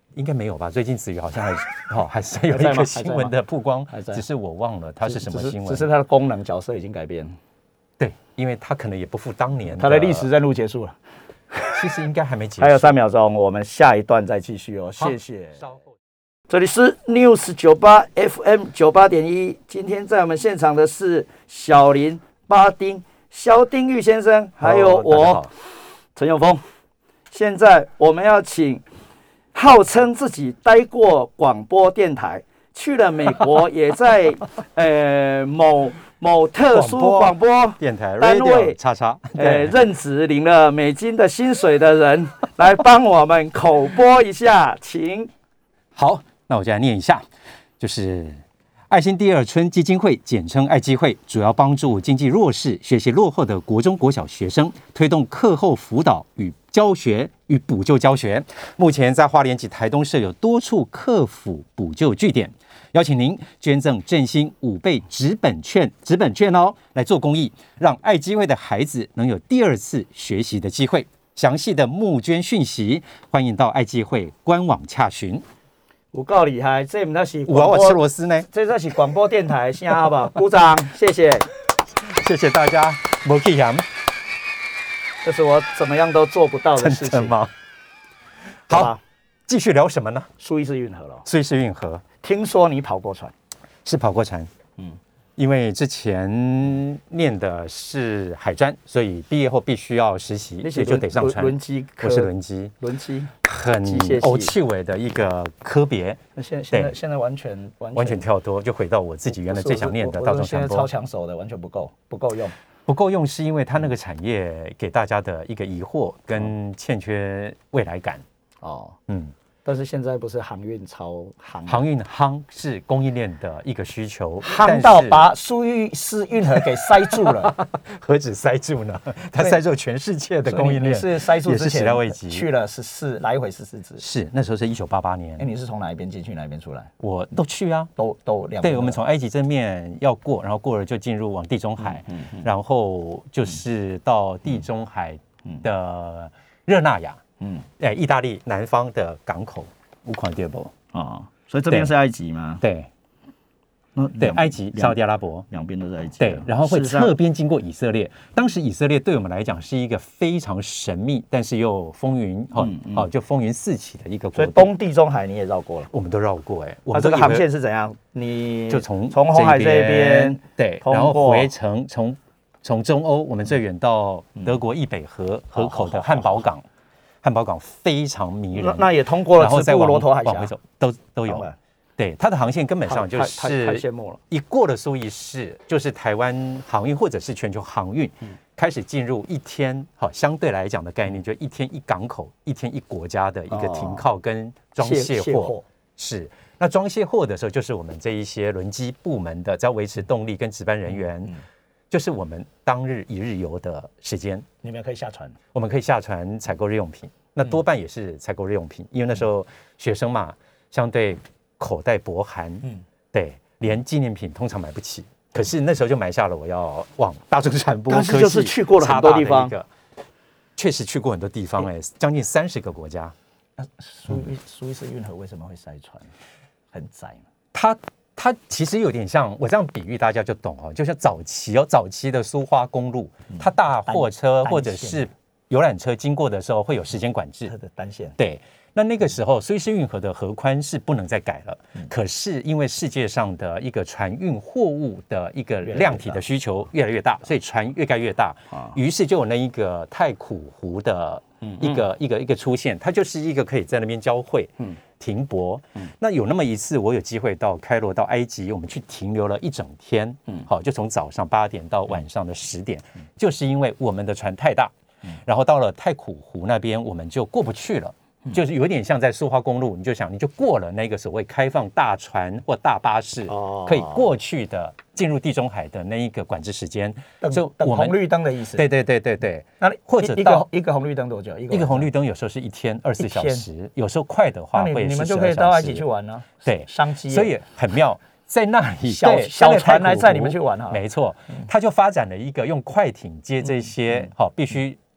Speaker 4: 应该没有吧？最近子瑜好像还哦，还是有一个新闻的曝光，只是我忘了它是什么新闻。
Speaker 2: 只是它的功能角色已经改变。
Speaker 4: 对，因为它可能也不复当年。
Speaker 2: 它的历史任务结束了。
Speaker 4: 其实应该还没结束，
Speaker 2: 还有三秒钟，我们下一段再继续哦。谢谢。稍后，这里是 News 九八 F M 九八点一。今天在我们现场的是小林、巴丁、萧丁玉先生，还有我陈永峰。现在我们要请号称自己待过广播电台，去了美国，也在呃某某特殊广播
Speaker 4: 电台
Speaker 2: 单位
Speaker 4: 叉叉
Speaker 2: 呃任职，领了美金的薪水的人，来帮我们口播一下，请。
Speaker 4: 好，那我就来念一下，就是爱心第二春基金会，简称爱基会，主要帮助经济弱势、学习落后的国中、国小学生，推动课后辅导与教学与补救教学。目前在花莲及台东设有多处课辅补救据点，邀请您捐赠振兴五倍纸本券，纸本券哦，来做公益，让爱基会的孩子能有第二次学习的机会。详细的募捐讯息，欢迎到爱基会官网洽询。
Speaker 2: 有够厉害，这不那是
Speaker 4: 我我吃螺丝呢，
Speaker 2: 这这是广播电台，声好不好？鼓掌，谢谢，
Speaker 4: 谢谢大家，没气嫌。
Speaker 2: 这是我怎么样都做不到的事情。
Speaker 4: 真的吗？好，继续聊什么呢？
Speaker 2: 苏伊士运河了。
Speaker 4: 苏伊士运河，
Speaker 2: 听说你跑过船，
Speaker 4: 是跑过船，嗯，因为之前念的是海专，所以毕业后必须要实习，也就得上船。
Speaker 2: 轮机，
Speaker 4: 我是轮机，
Speaker 2: 轮机
Speaker 4: 很欧气味的一个科别。
Speaker 2: 那现在现在现在完全完全
Speaker 4: 完全跳脱，就回到我自己原来最想念的大众传播。
Speaker 2: 现在超抢手的，完全不够，不够用。
Speaker 4: 不够用是因为它那个产业给大家的一个疑惑跟欠缺未来感。哦，嗯。
Speaker 2: 但是现在不是航运超航，
Speaker 4: 航运夯是供应链的一个需求，
Speaker 2: 夯到把苏伊士运河给塞住了。
Speaker 4: 何止塞住呢？它塞住全世界的供应链，
Speaker 2: 是塞住之前
Speaker 4: 也是始料未及。
Speaker 2: 去了十四来回十四次，
Speaker 4: 是那时候是一九八八年。
Speaker 2: 哎，你是从哪一边进去，哪一边出来？
Speaker 4: 我都去啊，
Speaker 2: 都都两。
Speaker 4: 对，我们从埃及正面要过，然后过了就进入往地中海，嗯嗯、然后就是到地中海的热那亚。嗯，哎，意大利南方的港口，乌款迪波
Speaker 2: 啊，所以这边是埃及吗？
Speaker 4: 对，对，埃及、沙特阿拉伯
Speaker 2: 两边都是埃及。
Speaker 4: 对，然后会侧边经过以色列。当时以色列对我们来讲是一个非常神秘，但是又风云哦哦，就风云四起的一个国度。
Speaker 2: 所以东地中海你也绕过了，
Speaker 4: 我们都绕过哎。
Speaker 2: 那这个航线是怎样？你
Speaker 4: 就从
Speaker 2: 从红海这边
Speaker 4: 对，然后回程从从中欧，我们最远到德国易北河河口的汉堡港。汉堡港非常迷人，
Speaker 2: 那也通过了，然后再往罗头海峡
Speaker 4: 走，都都有。对，它的航线根本上就是
Speaker 2: 太羡慕了。
Speaker 4: 一过了苏伊士，就是台湾航运或者是全球航运开始进入一天好相对来讲的概念，就一天一港口、一天一国家的一个停靠跟装卸货。是，那装卸货的时候，就是我们这一些轮机部门的，只要维持动力跟值班人员。就是我们当日一日游的时间，
Speaker 2: 你们可以下船，
Speaker 4: 我们可以下船采购日用品，那多半也是采购日用品，因为那时候学生嘛，相对口袋薄寒，嗯，对，连纪念品通常买不起，可是那时候就埋下了我要往大众传播，
Speaker 2: 但是就是去过了很多地方，
Speaker 4: 确实去过很多地方，哎，将近三十个国家。
Speaker 2: 那苏伊苏伊士运河为什么会塞船？很窄嘛，
Speaker 4: 它。它其实有点像我这样比喻，大家就懂哦。就像早期哦，早期的苏花公路，它大货车或者是游览车经过的时候会有时间管制，
Speaker 2: 它的单线。
Speaker 4: 对，那那个时候苏伊士运河的河宽是不能再改了。嗯、可是因为世界上的一个船运货物的一个量体的需求越来越大，所以船越盖越大，啊、于是就有那一个太苦湖的一个、嗯、一个一个出现，它就是一个可以在那边交汇。嗯。停泊，嗯、那有那么一次，我有机会到开罗到埃及，我们去停留了一整天，嗯，好，就从早上八点到晚上的十点，嗯、就是因为我们的船太大，嗯、然后到了太苦湖那边，我们就过不去了，嗯、就是有点像在苏花公路，你就想你就过了那个所谓开放大船或大巴士、哦、可以过去的进入地中海的那一个管制时间，
Speaker 2: 就等红绿灯的意思。
Speaker 4: 对对对对对。
Speaker 2: 那或者一个一个红绿灯多久？
Speaker 4: 一个一个红绿灯有时候是一天二十四小时，有时候快的话会
Speaker 2: 你们就可以到埃及去玩呢。
Speaker 4: 对，
Speaker 2: 商机。
Speaker 4: 所以很妙，在那里
Speaker 2: 小小船来载你们去玩哈。
Speaker 4: 没错，他就发展了一个用快艇接这些好必须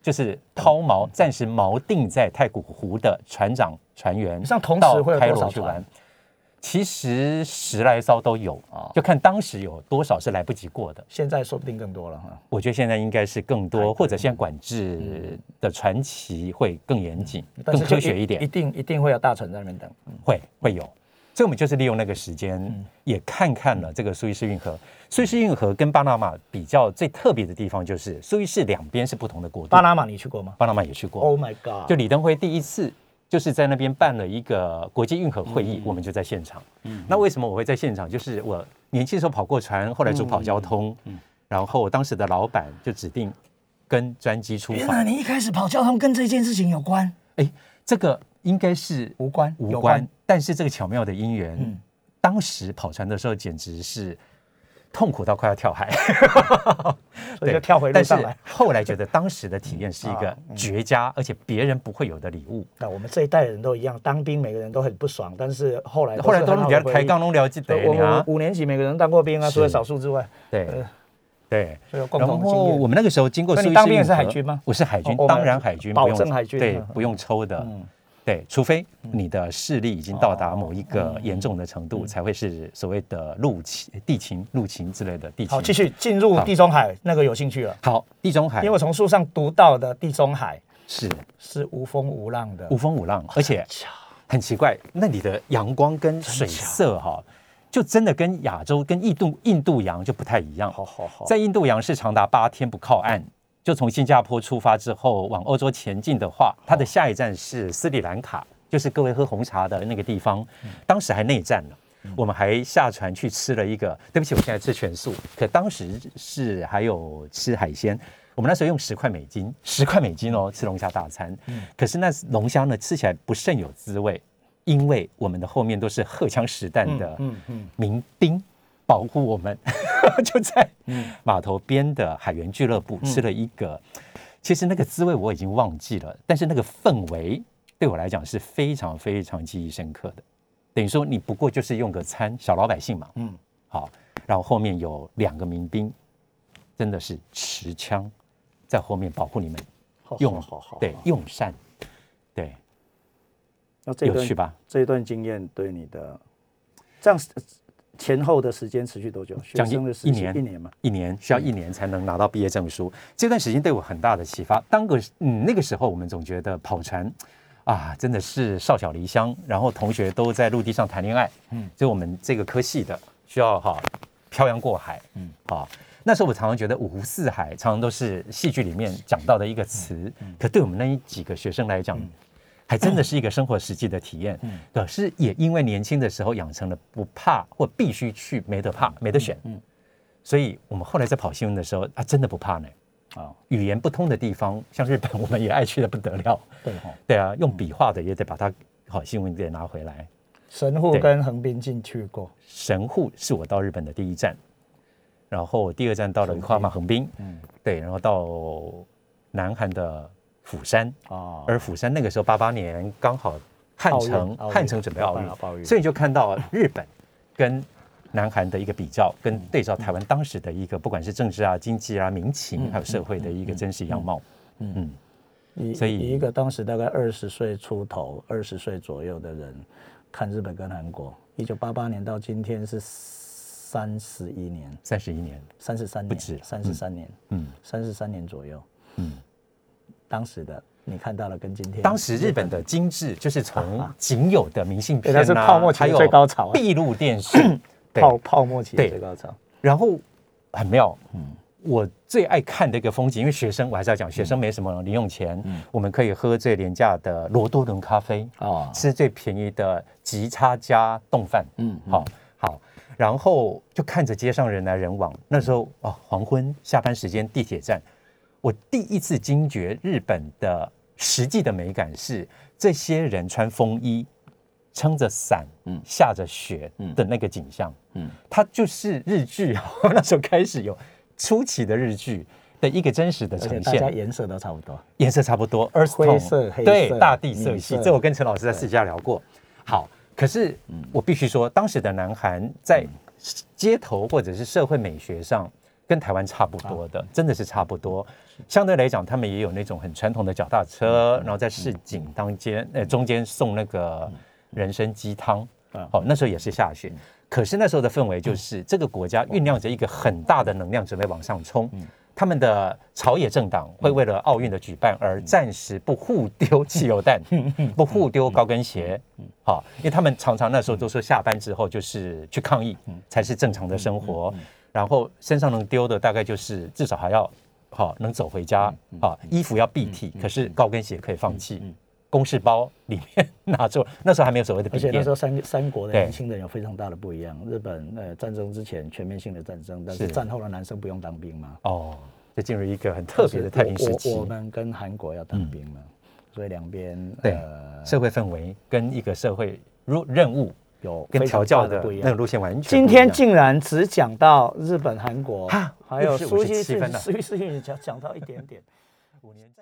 Speaker 4: 就是抛锚，暂时锚定在太古湖的船长船员，
Speaker 2: 像同时会有多少
Speaker 4: 去玩？其实十来艘都有，就看当时有多少是来不及过的。
Speaker 2: 现在说不定更多了哈。
Speaker 4: 我觉得现在应该是更多，或者现在管制的船期会更严谨、嗯、更科学一点。
Speaker 2: 一定一定会有大船在那边等，
Speaker 4: 嗯、会会有。所以我们就是利用那个时间，嗯、也看看了这个苏伊士运河。苏伊士运河跟巴拿马比较最特别的地方，就是苏伊士两边是不同的国度。
Speaker 2: 巴拿马你去过吗？
Speaker 4: 巴拿马也去过。
Speaker 2: Oh my god！
Speaker 4: 就李登辉第一次。就是在那边办了一个国际运河会议，嗯、我们就在现场。嗯、那为什么我会在现场？就是我年轻的时候跑过船，后来主跑交通，嗯嗯、然后当时的老板就指定跟专机出访。
Speaker 2: 原来你一开始跑交通跟这件事情有关？
Speaker 4: 哎，这个应该是
Speaker 2: 无关，
Speaker 4: 无关。但是这个巧妙的因缘，嗯、当时跑船的时候简直是痛苦到快要跳海。
Speaker 2: 所以就跳回路上来。
Speaker 4: 但是后来觉得当时的体验是一个绝佳，而且别人不会有的礼物。
Speaker 2: 那我们这一代人都一样，当兵每个人都很不爽，但是后来
Speaker 4: 后来都比较抬杠，都了解的。
Speaker 2: 我们五年级每个人当过兵啊，除了少数之外。
Speaker 4: 对对，
Speaker 2: 所以有共同的经验。
Speaker 4: 然后我们那个时候经过苏伊士运河，
Speaker 2: 你当兵也是海军吗？
Speaker 4: 我是海军，当然海军，
Speaker 2: 保证海军，
Speaker 4: 对，不用抽的。对，除非你的视力已经到达某一个严重的程度，才会是所谓的陆勤、地勤、陆勤之类的地勤。
Speaker 2: 好，继续进入地中海，那个有兴趣了。
Speaker 4: 好，地中海，
Speaker 2: 因为我从书上读到的地中海
Speaker 4: 是
Speaker 2: 是无风无浪的，
Speaker 4: 无风无浪，而且很奇怪，那里的阳光跟水色哈，就真的跟亚洲、跟印度印度洋就不太一样。
Speaker 2: 好好好，
Speaker 4: 在印度洋是长达八天不靠岸。就从新加坡出发之后，往欧洲前进的话，它的下一站是斯里兰卡，就是各位喝红茶的那个地方。当时还内战了，我们还下船去吃了一个。对不起，我现在吃全素，可当时是还有吃海鲜。我们那时候用十块美金，十块美金哦，吃龙虾大餐。可是那龙虾呢，吃起来不甚有滋味，因为我们的后面都是荷枪实弹的民兵。保护我们，就在码头边的海员俱乐部吃了一个，其实那个滋味我已经忘记了，但是那个氛围对我来讲是非常非常记忆深刻的。等于说你不过就是用个餐，小老百姓嘛，嗯，好，然后后面有两个民兵，真的是持枪在后面保护你们，用
Speaker 2: 好好
Speaker 4: 对用膳，对，
Speaker 2: 那这
Speaker 4: 有趣吧？
Speaker 2: 这一段经验对你的这样。前后的时间持续多久？
Speaker 4: 将近一年，
Speaker 2: 一年嘛，
Speaker 4: 一年需要一年才能拿到毕业证书。这段时间对我很大的启发。当个嗯那个时候，我们总觉得跑船啊，真的是少小离乡，然后同学都在陆地上谈恋爱，嗯，就我们这个科系的需要哈漂洋过海，嗯，好。那时候我常常觉得五湖四海，常常都是戏剧里面讲到的一个词，嗯嗯、可对我们那几个学生来讲。嗯还真的是一个生活实际的体验，嗯、可是也因为年轻的时候养成了不怕或必须去没得怕没得选，嗯嗯、所以我们后来在跑新闻的时候啊，真的不怕呢。啊，语言不通的地方，像日本，我们也爱去的不得了。对、哦、对啊，用笔画的也得把它好新闻给拿回来。
Speaker 2: 神户跟横滨进去过，
Speaker 4: 神户是我到日本的第一站，然后第二站到了横滨，横滨，嗯，对，然后到南韩的。釜山啊，而釜山那个时候八八年刚好汉城，汉城准备奥运，所以你就看到日本跟南韩的一个比较，跟对照台湾当时的一个不管是政治啊、经济啊、民情还有社会的一个真实样貌。嗯
Speaker 2: 嗯，所以一个当时大概二十岁出头、二十岁左右的人看日本跟韩国，一九八八年到今天是三十一年，
Speaker 4: 三十一年，
Speaker 2: 三十三年，不止三十三年，嗯，三十三年左右，嗯。当时的你看到了跟今天，
Speaker 4: 当时日本的精致就是从仅有的明信片
Speaker 2: 啊，泡沫期最高潮，
Speaker 4: 闭路电视
Speaker 2: 泡泡沫期最高潮。
Speaker 4: 然后很妙，嗯，我最爱看的一个风景，因为学生我还是要讲，学生没什么零用钱，嗯，我们可以喝最廉价的罗多伦咖啡，哦，吃最便宜的吉叉加冻饭，嗯，好好，然后就看着街上人来人往，那时候哦，黄昏下班时间，地铁站。我第一次惊觉日本的实际的美感是，这些人穿风衣，撑着伞，嗯，下着雪的那个景象，嗯，它就是日剧啊，那时候开始有初期的日剧的一个真实的呈现，
Speaker 2: 大家颜色都差不多，
Speaker 4: 颜色差不多，
Speaker 2: 灰色、黑色，
Speaker 4: 对，大地色系，这我跟陈老师在私下聊过。好，可是我必须说，当时的南韩在街头或者是社会美学上。跟跟台湾差不多的，真的是差不多。相对来讲，他们也有那种很传统的脚踏车，然后在市井当间，呃，中间送那个人参鸡汤。哦，那时候也是下雪，可是那时候的氛围就是这个国家酝酿着一个很大的能量准备往上冲。他们的朝野政党会为了奥运的举办而暂时不互丢汽油弹，不互丢高跟鞋，好，因为他们常常那时候都说下班之后就是去抗议才是正常的生活，然后身上能丢的大概就是至少还要好能走回家，好，衣服要蔽体，可是高跟鞋可以放弃。公事包里面拿出，那时候还没有所谓的笔电，
Speaker 2: 而且那时候三三国的年轻人有非常大的不一样。日本呃战争之前全面性的战争，但是战后的男生不用当兵嘛。哦，就进入一个很特别的太平时期。我, 我们跟韩国要当兵嘛，嗯、所以两边
Speaker 4: 对、呃、社会氛围跟一个社会任务有跟调教的那个路线完全不一样。
Speaker 2: 今天竟然只讲到日本、韩国，还有苏西逊，苏西逊讲讲到一点点。五年。